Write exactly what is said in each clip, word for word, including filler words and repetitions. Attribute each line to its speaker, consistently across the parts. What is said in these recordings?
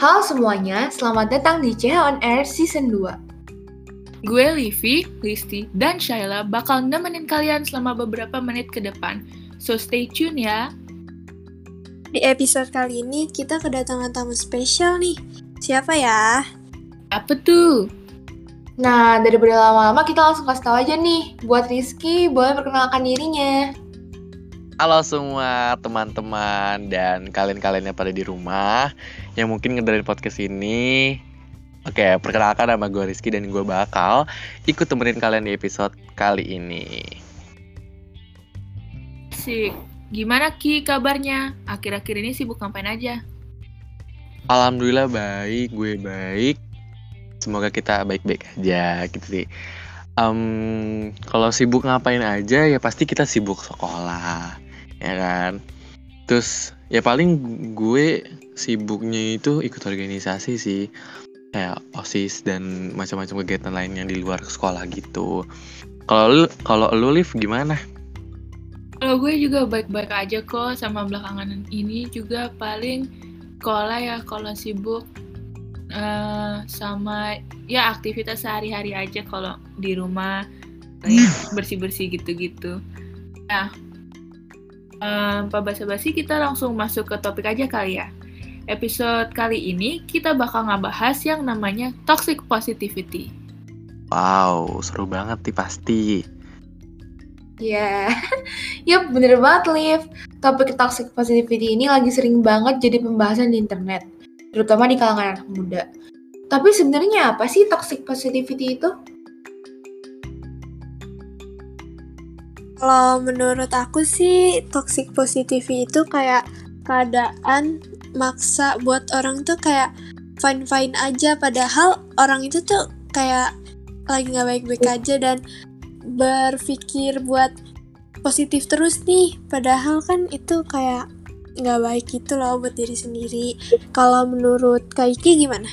Speaker 1: Halo semuanya, selamat datang di C H On Air Season dua.
Speaker 2: Gue Livi, Listi, dan Shaila bakal nemenin kalian selama beberapa menit ke depan. So stay tune ya.
Speaker 3: Di episode kali ini kita kedatangan tamu spesial nih. Siapa ya?
Speaker 2: Apa tuh?
Speaker 1: Nah, daripada lama-lama kita langsung kasih tahu aja nih. Buat Rizky, boleh perkenalkan dirinya.
Speaker 4: Halo semua teman-teman dan kalian-kalian yang pada di rumah yang mungkin ngedengerin podcast ini. Oke, perkenalkan nama gue Rizky dan gue bakal ikut temenin kalian di episode kali ini.
Speaker 2: Sik, gimana Ki kabarnya? Akhir-akhir ini sibuk ngapain aja?
Speaker 4: Alhamdulillah baik, gue baik. Semoga kita baik-baik aja gitu sih. Um, kalau sibuk ngapain aja ya pasti kita sibuk sekolah, ya kan. Terus ya paling gue sibuknya itu ikut organisasi sih, kayak OSIS dan macam-macam kegiatan lain yang di luar sekolah gitu. Kalau lu, kalau lu Liv gimana?
Speaker 2: Kalau gue juga baik-baik aja kok, sama belakangan ini juga paling sekolah ya kalau sibuk. Uh, sama ya aktivitas sehari-hari aja kalau di rumah kayak bersih-bersih gitu-gitu. Nah, um, Pak basa-basi kita langsung masuk ke topik aja kali ya. Episode kali ini kita bakal ngebahas yang namanya toxic positivity.
Speaker 4: Wow, seru banget nih pasti.
Speaker 1: Ya, yeah. Yup, bener banget Liv. Topik toxic positivity ini lagi sering banget jadi pembahasan di internet, terutama di kalangan anak muda. Tapi sebenarnya apa sih toxic positivity itu?
Speaker 3: Kalau menurut aku sih, toxic positivity itu kayak keadaan maksa buat orang tuh kayak fine-fine aja, padahal orang itu tuh kayak lagi gak baik-baik aja dan berpikir buat positif terus nih, padahal kan itu kayak gak baik gitu loh buat diri sendiri. Kalau menurut Kak Iki gimana?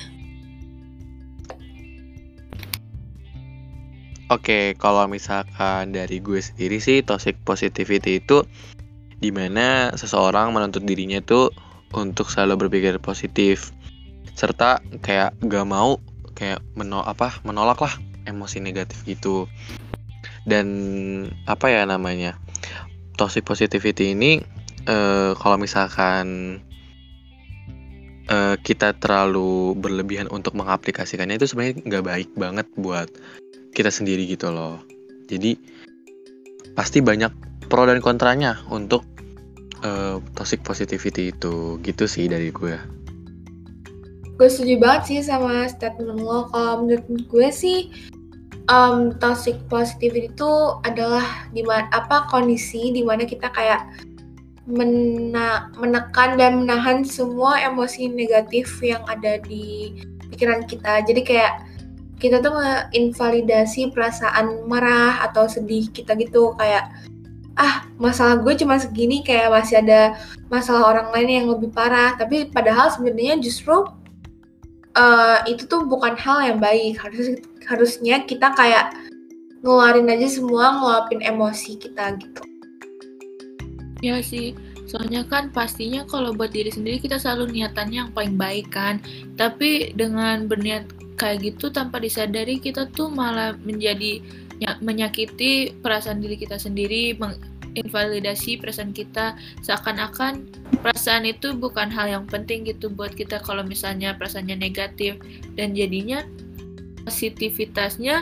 Speaker 4: Oke, kalau misalkan dari gue sendiri sih toxic positivity itu dimana seseorang menuntut dirinya itu untuk selalu berpikir positif, serta kayak gak mau kayak menol apa menolak lah emosi negatif gitu. Dan apa ya namanya, toxic positivity ini uh, kalau misalkan uh, kita terlalu berlebihan untuk mengaplikasikannya itu sebenarnya nggak baik banget buat kita sendiri gitu loh. Jadi pasti banyak pro dan kontranya untuk uh, toxic positivity itu, gitu sih dari gue.
Speaker 1: Gue setuju banget sih sama statement lo. Kalau menurut gue sih um, toxic positivity itu adalah dimana apa kondisi dimana kita kayak mena- menekan dan menahan semua emosi negatif yang ada di pikiran kita. Jadi kayak kita tuh menginvalidasi perasaan marah atau sedih kita gitu, kayak ah masalah gue cuma segini, kayak masih ada masalah orang lain yang lebih parah. Tapi padahal sebenarnya justru uh, itu tuh bukan hal yang baik. Harus harusnya kita kayak ngeluarin aja semua, ngeluapin emosi kita gitu.
Speaker 2: Ya sih, soalnya kan pastinya kalau buat diri sendiri kita selalu niatannya yang paling baik kan. Tapi dengan berniat kayak gitu tanpa disadari kita tuh malah menjadi menyakiti perasaan diri kita sendiri, menginvalidasi perasaan kita, seakan-akan perasaan itu bukan hal yang penting gitu buat kita kalau misalnya perasaannya negatif, dan jadinya positivitasnya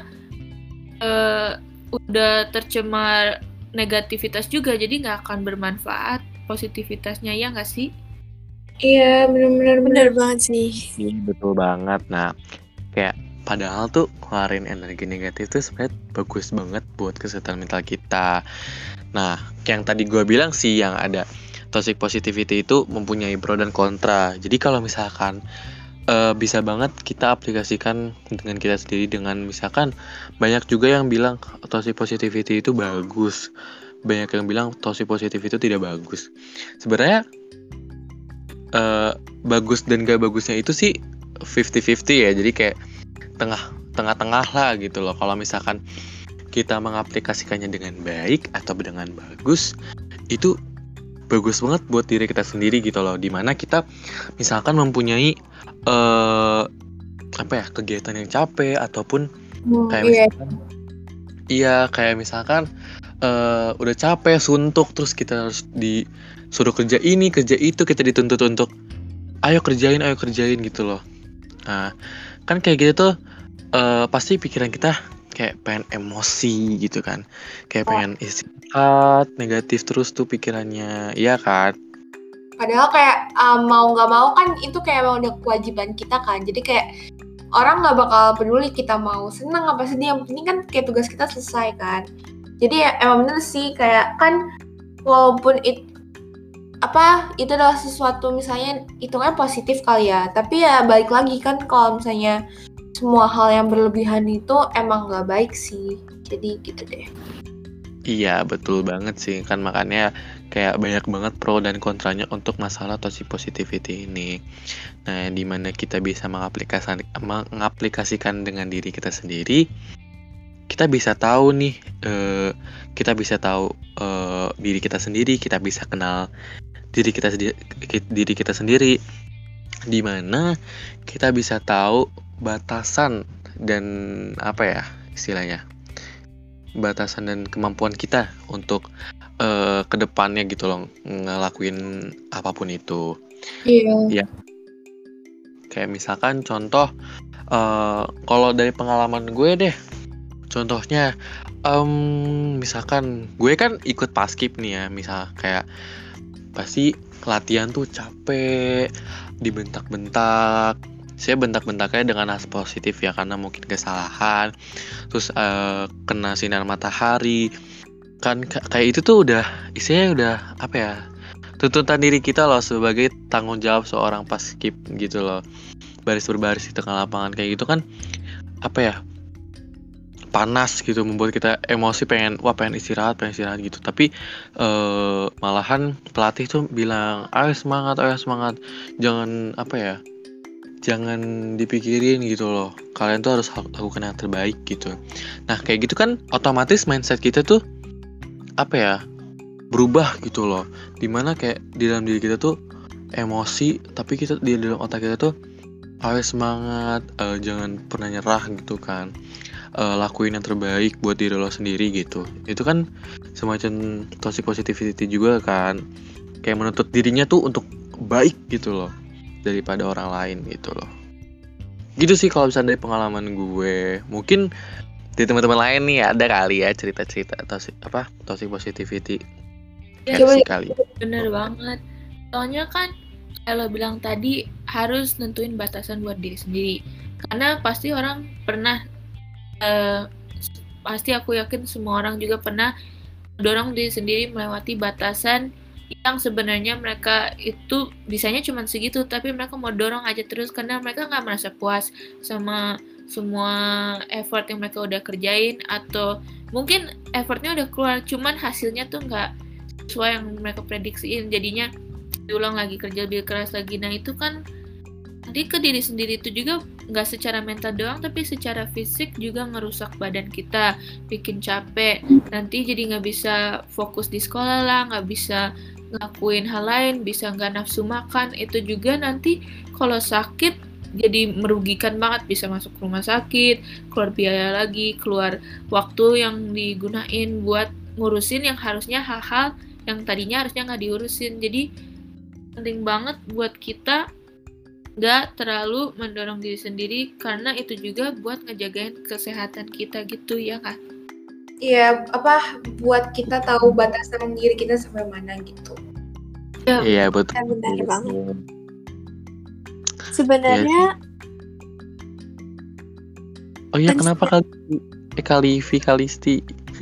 Speaker 2: uh, udah tercemar negativitas juga, jadi nggak akan bermanfaat positivitasnya, ya nggak sih?
Speaker 1: Iya, benar-benar
Speaker 3: benar banget sih.
Speaker 4: Iya, betul banget. Nah, kayak padahal tuh keluarin energi negatif tuh sebenarnya bagus banget buat kesehatan mental kita. Nah, yang tadi gue bilang sih, yang ada toxic positivity itu mempunyai pro dan kontra. Jadi kalau misalkan uh, bisa banget kita aplikasikan dengan kita sendiri, dengan misalkan banyak juga yang bilang toxic positivity itu bagus, banyak yang bilang toxic positivity itu tidak bagus. Sebenarnya uh, bagus dan gak bagusnya itu sih fifty-fifty ya, jadi kayak tengah tengah-tengah lah gitu loh. Kalau misalkan kita mengaplikasikannya dengan baik atau dengan bagus, itu bagus banget buat diri kita sendiri gitu loh, dimana kita misalkan mempunyai eh apa ya kegiatan yang capek ataupun
Speaker 1: Hmm,
Speaker 4: kayak
Speaker 1: iya.
Speaker 4: misalkan iya kayak misalkan eh udah capek suntuk terus kita harus disuruh kerja ini kerja itu, kita dituntut untuk ayo kerjain ayo kerjain gitu loh. Nah kan kayak gitu tuh eh pasti pikiran kita kayak pengen emosi gitu kan, kayak
Speaker 1: Oh,
Speaker 4: pengen istirahat, negatif terus tuh pikirannya, iya kan?
Speaker 1: padahal kayak um, mau nggak mau kan itu kayak emang udah kewajiban kita kan. Jadi kayak orang nggak bakal peduli kita mau senang apa sedih, yang penting kan kayak tugas kita selesai kan. Jadi ya emang bener sih kayak kan walaupun it, apa itu adalah sesuatu misalnya hitungnya positif kali ya, tapi ya balik lagi kan kalau misalnya semua hal yang berlebihan itu emang nggak baik sih. Jadi gitu deh.
Speaker 4: Iya betul banget sih kan, makanya kayak banyak banget pro dan kontranya untuk masalah toxic positivity ini. Nah dimana kita bisa mengaplikasikan mengaplikasikan dengan diri kita sendiri, kita bisa tahu nih eh, kita bisa tahu eh, diri kita sendiri, kita bisa kenal diri kita sendiri diri kita sendiri, dimana kita bisa tahu batasan dan apa ya istilahnya batasan dan kemampuan kita untuk uh, kedepannya gitu loh ngelakuin apapun itu.
Speaker 1: Iya.
Speaker 4: Ya kayak misalkan contoh uh, kalau dari pengalaman gue deh, contohnya um, misalkan gue kan ikut paskib nih ya, misal kayak pasti latihan tuh capek, dibentak-bentak. Saya bentak-bentaknya dengan hal positif ya, karena mungkin kesalahan, terus uh, kena sinar matahari, kan k- kayak itu tuh udah isinya udah apa ya, tuntutan diri kita loh sebagai tanggung jawab seorang paskib gitu loh, baris berbaris di tengah lapangan kayak gitu kan apa ya, panas gitu, membuat kita emosi pengen wah pengen istirahat pengen istirahat gitu, tapi uh, malahan pelatih tuh bilang ayo semangat ayo semangat, jangan apa ya, jangan dipikirin gitu loh, kalian tuh harus lakukan yang terbaik gitu. Nah kayak gitu kan otomatis mindset kita tuh apa ya, berubah gitu loh, dimana kayak di dalam diri kita tuh emosi, tapi kita di dalam otak kita tuh ayo semangat, uh, jangan pernah nyerah gitu kan, uh, lakuin yang terbaik buat diri lo sendiri gitu. Itu kan semacam toxic positivity juga kan, kayak menuntut dirinya tuh untuk baik gitu loh daripada orang lain gitu loh. Gitu sih kalau misalnya dari pengalaman gue. Mungkin di teman-teman lain nih ada kali ya cerita-cerita toxic apa toxic positivity
Speaker 2: Ya,
Speaker 1: Coba
Speaker 4: versi kali.
Speaker 2: bener banget. Soalnya kan kalau bilang tadi harus nentuin batasan buat diri sendiri. Karena pasti orang pernah eh, pasti aku yakin semua orang juga pernah dorong diri sendiri melewati batasan yang sebenarnya mereka itu bisanya cuma segitu, tapi mereka mau dorong aja terus karena mereka nggak merasa puas sama semua effort yang mereka udah kerjain, atau mungkin effortnya udah keluar cuman hasilnya tuh nggak sesuai yang mereka prediksiin, jadinya diulang lagi, kerja lebih keras lagi. Nah itu kan nanti ke diri sendiri itu juga nggak secara mental doang, tapi secara fisik juga ngerusak badan kita, bikin capek, nanti jadi nggak bisa fokus di sekolah lah, nggak bisa ngelakuin hal lain, bisa nggak nafsu makan. Itu juga nanti kalau sakit jadi merugikan banget, bisa masuk rumah sakit, keluar biaya lagi, keluar waktu yang digunain buat ngurusin yang harusnya hal-hal yang tadinya harusnya nggak diurusin. Jadi penting banget buat kita nggak terlalu mendorong diri sendiri, karena itu juga buat ngejagain kesehatan kita gitu ya kan.
Speaker 1: Iya, apa buat kita tahu batasan diri kita sampai mana gitu.
Speaker 2: Ya,
Speaker 4: Iya betul.
Speaker 3: Benar banget. Sebenarnya
Speaker 4: Oh iya, kenapa kali eh kali V Kalisti?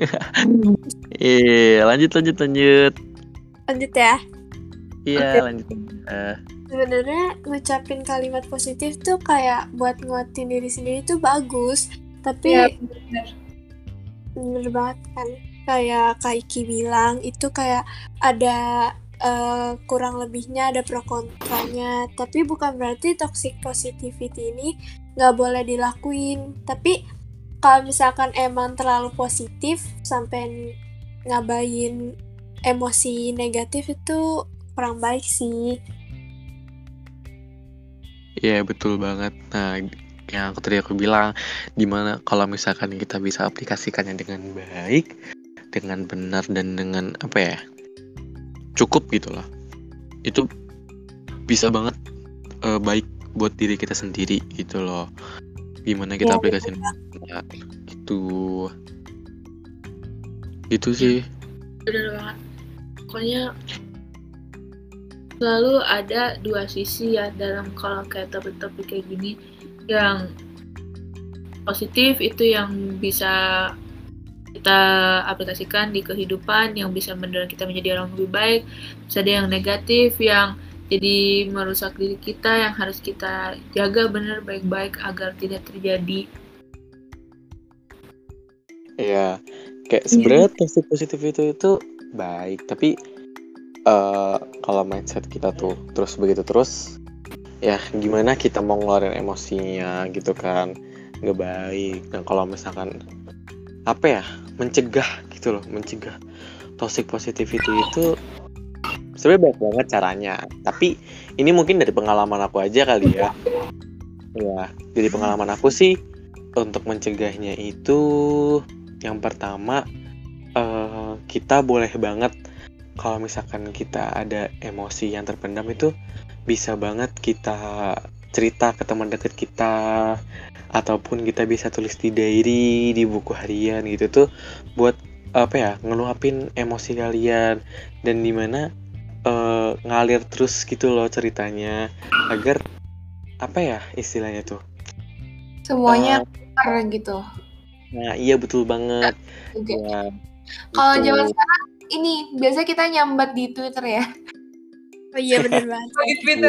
Speaker 4: Iya, lanjut lanjut lanjut.
Speaker 3: lanjut ya.
Speaker 4: Iya,
Speaker 1: Oke.
Speaker 4: lanjut. Uh,
Speaker 3: Sebenarnya ngucapin kalimat positif tuh kayak buat nguatin diri sendiri tuh bagus, tapi
Speaker 1: Iya, benar.
Speaker 3: bener banget kan, kayak Kak Iki bilang itu kayak ada uh, kurang lebihnya, ada pro kontranya, tapi bukan berarti toxic positivity ini nggak boleh dilakuin. Tapi kalau misalkan emang terlalu positif sampai ngabain emosi negatif itu kurang baik sih.
Speaker 4: Iya betul banget. Nah, yang aku tadi aku bilang, dimana kalau misalkan kita bisa aplikasikannya dengan baik, dengan benar dan dengan apa ya, cukup gitu loh. Itu bisa banget uh, baik buat diri kita sendiri gitu loh. Gimana kita
Speaker 3: Ya,
Speaker 4: aplikasiin ya, gitu. Itu sih.
Speaker 2: Bener banget. Pokoknya selalu ada dua sisi ya dalam kalau kayak topik-topik kayak gini. Yang positif itu yang bisa kita aplikasikan di kehidupan, yang bisa mendorong kita menjadi orang lebih baik. Bisa ada yang negatif yang jadi merusak diri kita, yang harus kita jaga benar baik-baik agar tidak terjadi.
Speaker 4: Iya, kayak sebenarnya toxic positif itu itu baik, tapi uh, kalau mindset kita tuh terus begitu terus, ya gimana kita mau ngeluarin emosinya gitu kan, nggak baik. Dan kalau misalkan apa ya, mencegah gitu loh, mencegah toxic positivity itu sebenarnya baik banget caranya. Tapi ini mungkin dari pengalaman aku aja kali ya. Ya, dari pengalaman aku sih untuk mencegahnya itu yang pertama uh, kita boleh banget kalau misalkan kita ada emosi yang terpendam itu bisa banget kita cerita ke teman dekat kita, ataupun kita bisa tulis di diary, di buku harian gitu tuh buat apa ya, ngeluapin emosi kalian, dan dimana uh, ngalir terus gitu loh ceritanya agar apa ya istilahnya tuh
Speaker 1: Semuanya
Speaker 4: uh,
Speaker 1: keluar gitu.
Speaker 4: Nah iya betul banget.
Speaker 1: Juga.
Speaker 4: Ya,
Speaker 1: Kalau
Speaker 4: gitu.
Speaker 1: zaman sekarang ini biasanya kita nyambat di Twitter ya.
Speaker 3: Oh iya benar banget.
Speaker 1: Di Twitter.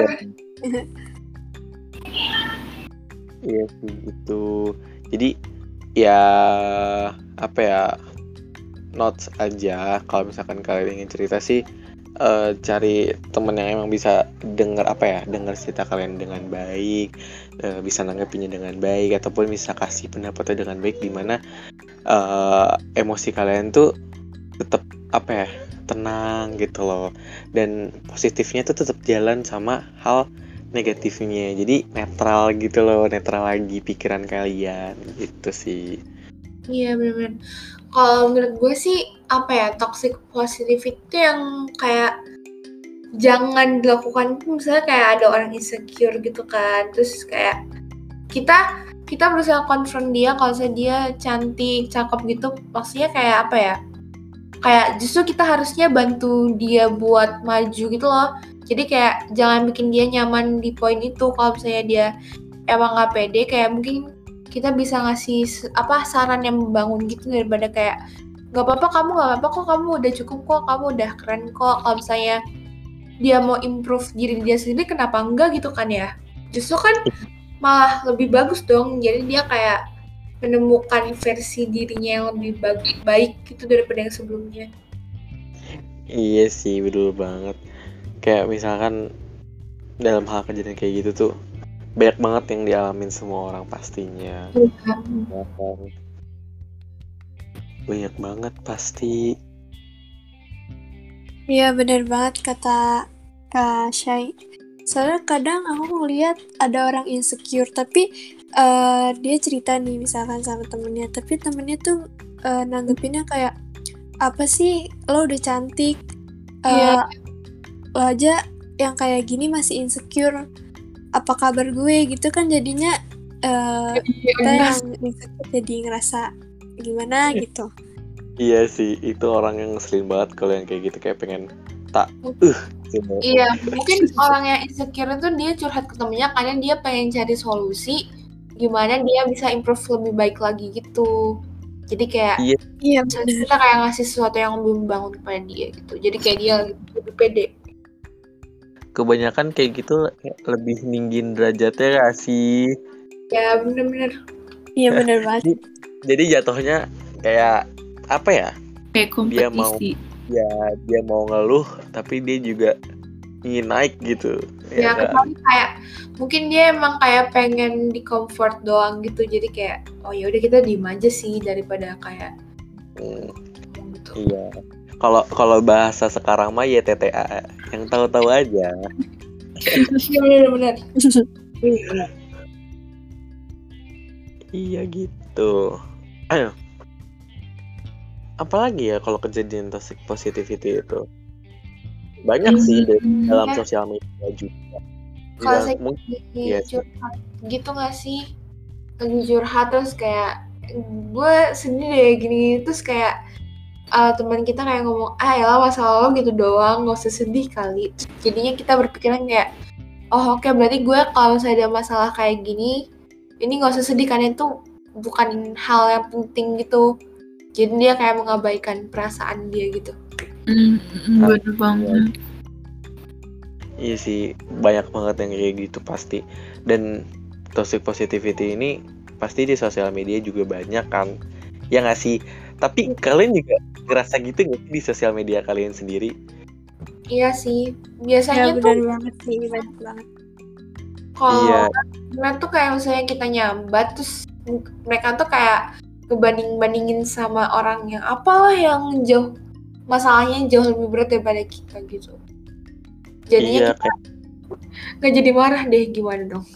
Speaker 4: Iya sih itu. Jadi ya apa ya, notes aja kalau misalkan kalian ingin cerita sih, uh, cari temen yang emang bisa dengar apa ya, dengar cerita kalian dengan baik, uh, bisa nanggepinnya dengan baik, ataupun bisa kasih pendapatnya dengan baik, dimana uh, emosi kalian tuh tetap apa ya, tenang gitu loh, dan positifnya tuh tetap jalan sama hal negatifnya, jadi netral gitu loh, netral lagi pikiran kalian gitu sih.
Speaker 1: Iya benar-benar. Kalau menurut gue sih apa ya, toxic positivity itu yang kayak jangan dilakukan itu misalnya kayak ada orang insecure gitu kan, terus kayak kita kita berusaha confront dia kalau misalnya dia cantik, cakep gitu, maksudnya kayak apa ya, kayak justru kita harusnya bantu dia buat maju gitu loh. Jadi kayak jangan bikin dia nyaman di poin itu. Kalau misalnya dia emang nggak pede, kayak mungkin kita bisa ngasih apa saran yang membangun gitu, daripada kayak nggak apa-apa kamu, nggak apa-apa kok kamu udah cukup kok, kamu udah keren kok. Kalau misalnya dia mau improve diri dia sendiri, kenapa enggak gitu kan ya? Justru kan malah lebih bagus dong. Jadi dia kayak menemukan versi dirinya yang lebih baik, baik gitu daripada yang sebelumnya.
Speaker 4: Iya sih betul banget. Kayak misalkan dalam hal kejadian kayak gitu tuh banyak banget yang dialamin semua orang pastinya.
Speaker 1: Hmm.
Speaker 4: Banyak banget pasti.
Speaker 3: Iya benar banget kata Kak Syai. Soalnya kadang aku ngeliat ada orang insecure tapi uh, dia cerita nih misalkan sama temennya, tapi temennya tuh uh, nanggepinnya kayak apa sih, lo udah cantik, uh,
Speaker 1: Iya.
Speaker 3: lo aja yang kayak gini masih insecure, apa kabar gue gitu kan, jadinya uh, kita yang insecure jadi ngerasa gimana gitu.
Speaker 4: Iya sih, itu orang yang ngeselin banget kalau yang kayak gitu, kayak pengen tak uh gitu.
Speaker 1: Iya, mungkin orang yang insecure itu dia curhat ke temennya karena dia pengen cari solusi gimana dia bisa improve lebih baik lagi gitu. Jadi kayak
Speaker 4: Iya,
Speaker 3: Iya
Speaker 1: kita kayak ngasih sesuatu yang lebih membangun kepada dia gitu. Jadi kayak dia lebih pede.
Speaker 4: kebanyakan kayak gitu lebih ninggin derajatnya gak sih?
Speaker 1: Ya bener-bener.
Speaker 3: Iya bener banget.
Speaker 4: Jadi jatuhnya kayak apa ya?
Speaker 2: Kayak
Speaker 4: Dia mau
Speaker 2: kompetisi.
Speaker 4: ya dia mau ngeluh tapi dia juga ingin naik gitu.
Speaker 1: Ya,
Speaker 4: Ya nggak?
Speaker 1: kecuali kayak mungkin dia emang kayak pengen di comfort doang gitu. Jadi kayak oh ya udah kita diem aja sih daripada kayak
Speaker 4: Hmm,
Speaker 1: gitu.
Speaker 4: iya. Kalau kalau bahasa sekarang mah Y T T A, yang tahu-tahu aja.
Speaker 1: Iya benar-benar.
Speaker 4: Iya gitu. Ayo. Apalagi ya kalau kejadian toxic positivity itu? Banyak sih
Speaker 1: Hmm,
Speaker 4: di dalam
Speaker 1: ya.
Speaker 4: sosial media juga.
Speaker 1: Kalau
Speaker 4: Juga
Speaker 1: saya
Speaker 4: mungkin
Speaker 1: lagi
Speaker 4: ya.
Speaker 1: curhat gitu nggak sih? Lagi curhat terus kayak gue sedih deh gini terus kayak uh, teman kita kayak ngomong ah ya masalah lo gitu doang nggak usah sedih kali. Jadinya kita berpikiran kayak oh oke okay, berarti gue kalau misalnya ada masalah kayak gini ini nggak usah sedih karena itu bukan hal yang penting gitu. Jadi dia kayak mengabaikan perasaan dia gitu.
Speaker 2: Hmm, bener banget.
Speaker 4: Iya sih, banyak banget yang kayak gitu pasti. Dan toxic positivity ini pasti di sosial media juga banyak kan. Ya nggak sih? Tapi kalian juga ngerasa gitu nggak sih di sosial media kalian sendiri?
Speaker 1: Iya sih,
Speaker 3: Ya
Speaker 1: biasanya tuh
Speaker 3: benar banget sih, banyak banget.
Speaker 1: kalau
Speaker 4: Iya.
Speaker 1: benar tuh kayak misalnya kita nyambat terus mereka tuh kayak ngebanding-bandingin sama orang yang apalah yang jauh masalahnya jauh lebih berat daripada kita gitu. Jadinya
Speaker 4: Iya,
Speaker 1: kita nggak jadi marah deh gimana dong?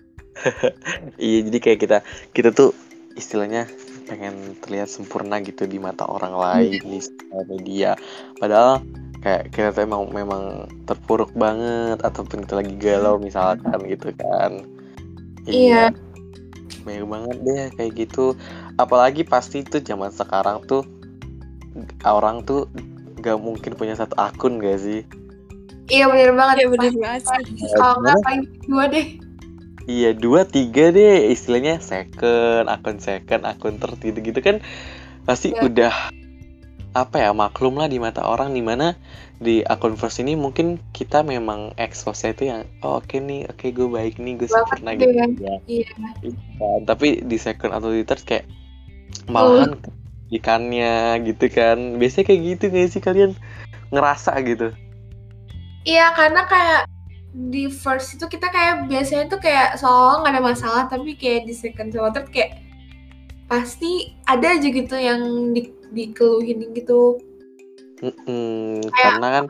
Speaker 4: Iya, jadi kayak kita kita tuh istilahnya pengen terlihat sempurna gitu di mata orang lain di sosial media. Padahal kayak kita tuh emang memang terpuruk banget ataupun kita lagi galau misalkan gitu kan.
Speaker 1: Iya.
Speaker 4: Banyak banget deh kayak gitu. Apalagi pasti tuh zaman sekarang tuh orang tuh gak mungkin punya satu akun gak sih?
Speaker 1: Iya benar banget.
Speaker 3: Iya benar banget sih.
Speaker 1: Kalau nggak paling dua deh.
Speaker 4: Iya dua tiga deh istilahnya second, akun second, akun third gitu-gitu kan pasti
Speaker 1: Ya.
Speaker 4: udah apa ya maklum lah di mata orang, dimana di akun first ini mungkin kita memang expose-nya itu yang oh oke okay nih oke okay, gue baik nih gue sempurna gitu
Speaker 1: kan?
Speaker 4: ya.
Speaker 1: Iya.
Speaker 4: Nah, tapi di second atau di third kayak malahan oh. ikannya gitu kan, biasanya kayak gitu nggak sih kalian ngerasa gitu?
Speaker 1: Iya karena kayak di first itu kita kayak biasanya tuh kayak soalnya nggak ada masalah, tapi kayak di second sama third kayak pasti ada aja gitu yang di, dikeluhin gitu.
Speaker 4: Mm-mm, karena kan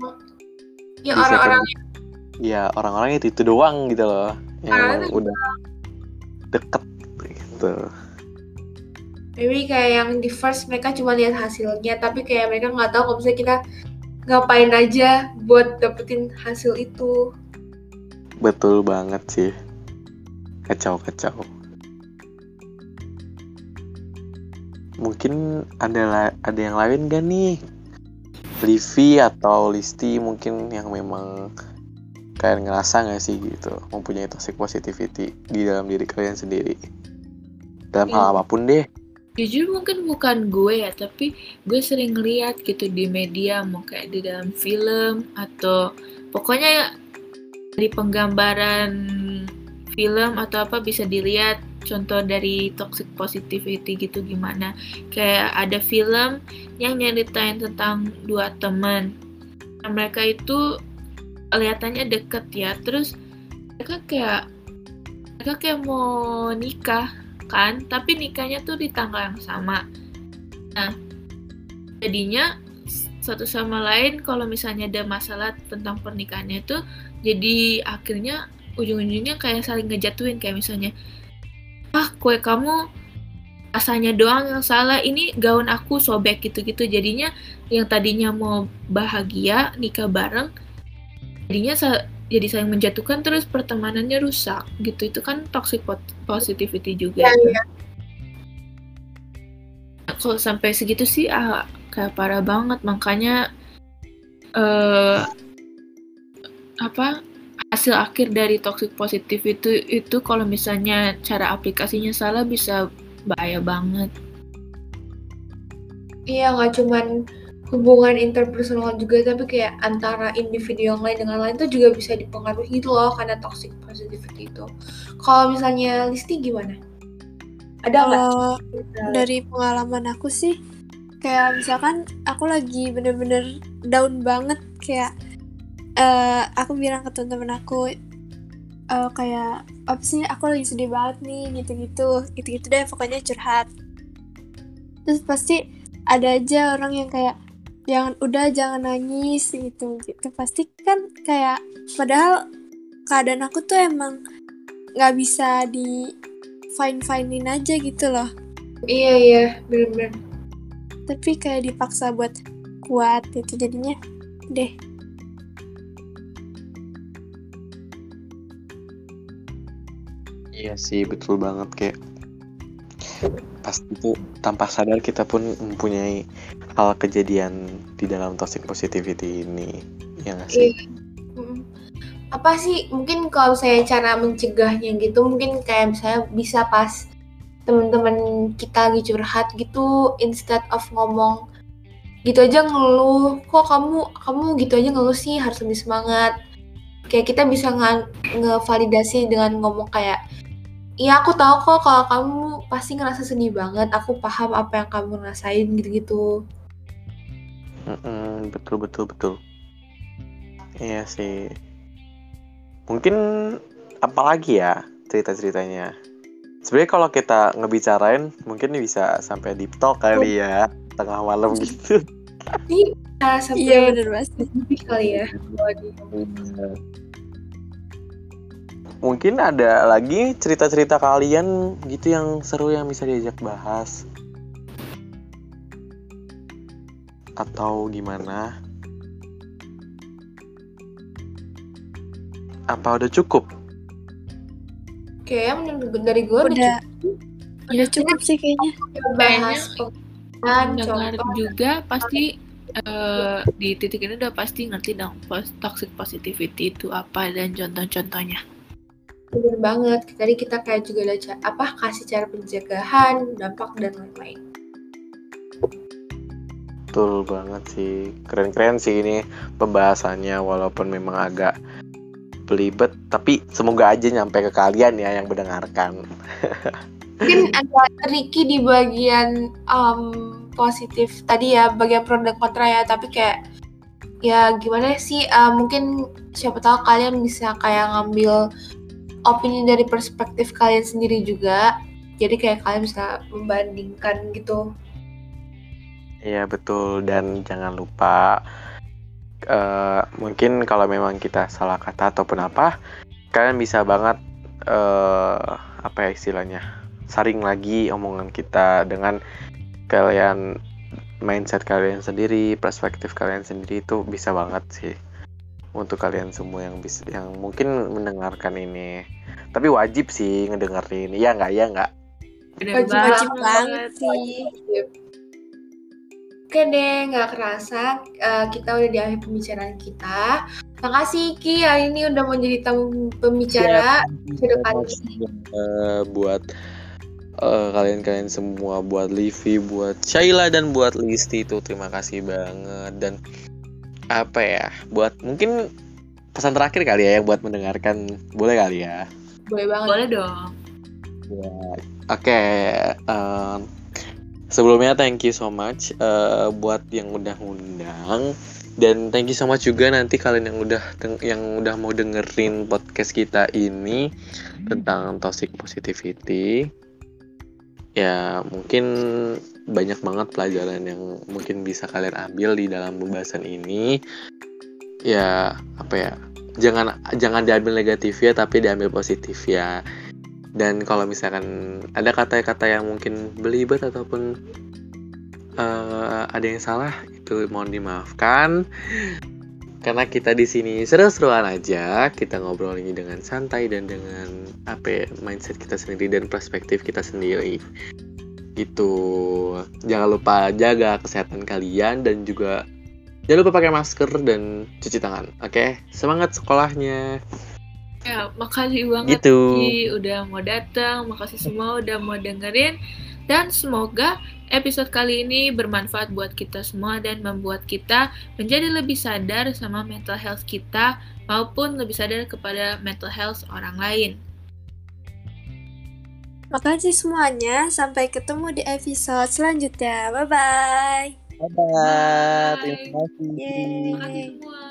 Speaker 1: ya orang-orang
Speaker 4: ya orang-orang itu itu doang gitu loh yang emang udah deket gitu.
Speaker 1: Maybe kayak yang di first mereka cuma lihat hasilnya, tapi kayak mereka nggak tahu kalau misalnya kita ngapain aja buat dapetin hasil itu.
Speaker 4: Betul banget sih, kacau-kacau. Mungkin ada ada yang lain gak nih, Livi atau Listi mungkin yang memang kalian ngerasa gak sih gitu mempunyai toxic positivity di dalam diri kalian sendiri dalam hal apapun deh?
Speaker 2: Jujur mungkin bukan gue ya, tapi gue sering lihat gitu di media, mau kayak di dalam film atau pokoknya di penggambaran film atau apa bisa dilihat contoh dari toxic positivity gitu gimana. Kayak ada film yang nyeritain tentang dua teman. Nah, mereka itu kelihatannya deket ya, terus mereka kayak mereka kayak mau nikah kan, tapi nikahnya tuh di tanggal yang sama. Nah, jadinya satu sama lain kalau misalnya ada masalah tentang pernikahannya itu, jadi akhirnya ujung-ujungnya kayak saling ngejatuhin, kayak misalnya, ah kue kamu rasanya doang yang salah, ini gaun aku sobek gitu-gitu. Jadinya yang tadinya mau bahagia nikah bareng, jadinya sa- jadi saling menjatuhkan, terus pertemanannya rusak gitu. Itu kan toxic positivity juga.
Speaker 1: Ya, ya.
Speaker 2: Nah, kalau sampai segitu sih ah, kayak parah banget. Makanya uh, apa hasil akhir dari toxic positivity itu itu kalau misalnya cara aplikasinya salah bisa bahaya banget.
Speaker 1: Iya, nggak cuman hubungan interpersonal juga, tapi kayak antara individu yang lain dengan lain itu juga bisa dipengaruhi gitu loh karena toxic positivity itu. Kalau misalnya Listi gimana? Ada nggak?
Speaker 3: Kalau dari pengalaman aku sih, kayak misalkan aku lagi bener-bener down banget, kayak uh, aku bilang ke teman-teman aku uh, kayak apa sih, aku lagi sedih banget nih, gitu-gitu, gitu-gitu deh, pokoknya curhat. Terus pasti ada aja orang yang kayak, jangan udah jangan nangis gitu gitu pasti kan kayak padahal keadaan aku tuh emang nggak bisa di fine finein aja gitu loh.
Speaker 1: Iya iya benar-benar.
Speaker 3: Tapi kayak dipaksa buat kuat itu jadinya deh.
Speaker 4: Iya sih, betul banget. Kayak pasti tuh tanpa sadar kita pun mempunyai hal kejadian di dalam toxic positivity ini, ya nggak sih?
Speaker 1: Iya. Mm. Apa sih mungkin kalau saya cara mencegahnya gitu mungkin kayak misalnya bisa pas teman-teman kita lagi curhat gitu, instead of ngomong gitu aja ngeluh, kok kamu kamu gitu aja ngeluh sih, harus lebih semangat. Kayak kita bisa nge- ngevalidasi dengan ngomong kayak, iya aku tahu kok kalau kamu pasti ngerasa sedih banget, aku paham apa yang kamu rasain gitu-gitu.
Speaker 4: Mm-mm, betul betul betul. Iya sih. Mungkin apalagi ya cerita-ceritanya. Sebenarnya kalau kita ngebicarain mungkin bisa sampai deep talk kali ya, tengah malam gitu.
Speaker 1: Ini uh, sampai
Speaker 3: Iya bener pasti.
Speaker 1: lebih kali ya.
Speaker 4: Mungkin ada lagi cerita-cerita kalian gitu yang seru yang bisa diajak bahas. Atau gimana? Apa udah cukup?
Speaker 1: Kayaknya menurut dari gue udah
Speaker 3: Udah
Speaker 1: cukup.
Speaker 3: udah cukup sih kayaknya.
Speaker 1: Kita bahas pengalaman,
Speaker 2: Dengar
Speaker 1: contoh.
Speaker 2: juga pasti eh, di titik ini udah pasti ngerti dong pos- toxic positivity itu apa dan contoh-contohnya.
Speaker 1: Bener banget. Tadi kita kayak juga udah ca- apa kasih cara pencegahan, dampak dan lain-lain.
Speaker 4: Betul banget sih. Keren-keren sih ini pembahasannya walaupun memang agak belibet, tapi semoga aja nyampe ke kalian ya yang mendengarkan.
Speaker 1: Mungkin agak tricky di bagian um, positif tadi ya, bagian pro dan kontra ya, tapi kayak ya gimana sih, uh, mungkin siapa tahu kalian bisa kayak ngambil opini dari perspektif kalian sendiri juga, jadi kayak kalian bisa membandingkan gitu.
Speaker 4: Iya betul, dan jangan lupa uh, mungkin kalau memang kita salah kata ataupun apa, kalian bisa banget uh, apa ya istilahnya, saring lagi omongan kita dengan kalian, mindset kalian sendiri, perspektif kalian sendiri, itu bisa banget sih untuk kalian semua yang bisa, yang mungkin mendengarkan ini. Tapi wajib sih ngedengerin, ya nggak ya nggak?
Speaker 1: Wajib,
Speaker 3: Wajib banget sih.
Speaker 1: Oke deh, nggak kerasa uh, kita udah di akhir pembicaraan kita. Makasih Ki, hari ini udah mau jadi tamu pembicara. Sudah kali
Speaker 4: uh, buat uh, kalian-kalian semua, buat Livi, buat Shaila dan buat Listi itu terima kasih banget. Dan apa ya, buat mungkin pesan terakhir kali ya yang buat mendengarkan, boleh kali ya?
Speaker 1: Boleh banget.
Speaker 2: Boleh dong.
Speaker 4: Ya. Oke, okay, um, sebelumnya thank you so much uh, buat yang udah ngundang, dan thank you so much juga nanti kalian yang udah deng- yang udah mau dengerin podcast kita ini tentang toxic positivity. Ya mungkin banyak banget pelajaran yang mungkin bisa kalian ambil di dalam pembahasan ini. Ya apa ya, jangan jangan diambil negatif ya, tapi diambil positif ya. Dan kalau misalkan ada kata-kata yang mungkin belibet ataupun uh, ada yang salah, itu mohon dimaafkan. Karena kita di sini seru-seruan aja, kita ngobrol ini dengan santai dan dengan apa ya, mindset kita sendiri dan perspektif kita sendiri. Itu jangan lupa jaga kesehatan kalian dan juga jangan lupa pakai masker dan cuci tangan. Oke, okay? Semangat sekolahnya.
Speaker 2: Ya, makasih banget
Speaker 4: Gitu.
Speaker 2: Ki udah mau datang, makasih semua udah mau dengerin, dan semoga episode kali ini bermanfaat buat kita semua dan membuat kita menjadi lebih sadar sama mental health kita maupun lebih sadar kepada mental health orang lain.
Speaker 3: Makasih semuanya, sampai ketemu di episode selanjutnya. Bye-bye.
Speaker 4: Bye-bye. Terima kasih.
Speaker 3: Yeay.
Speaker 2: Makasih semua.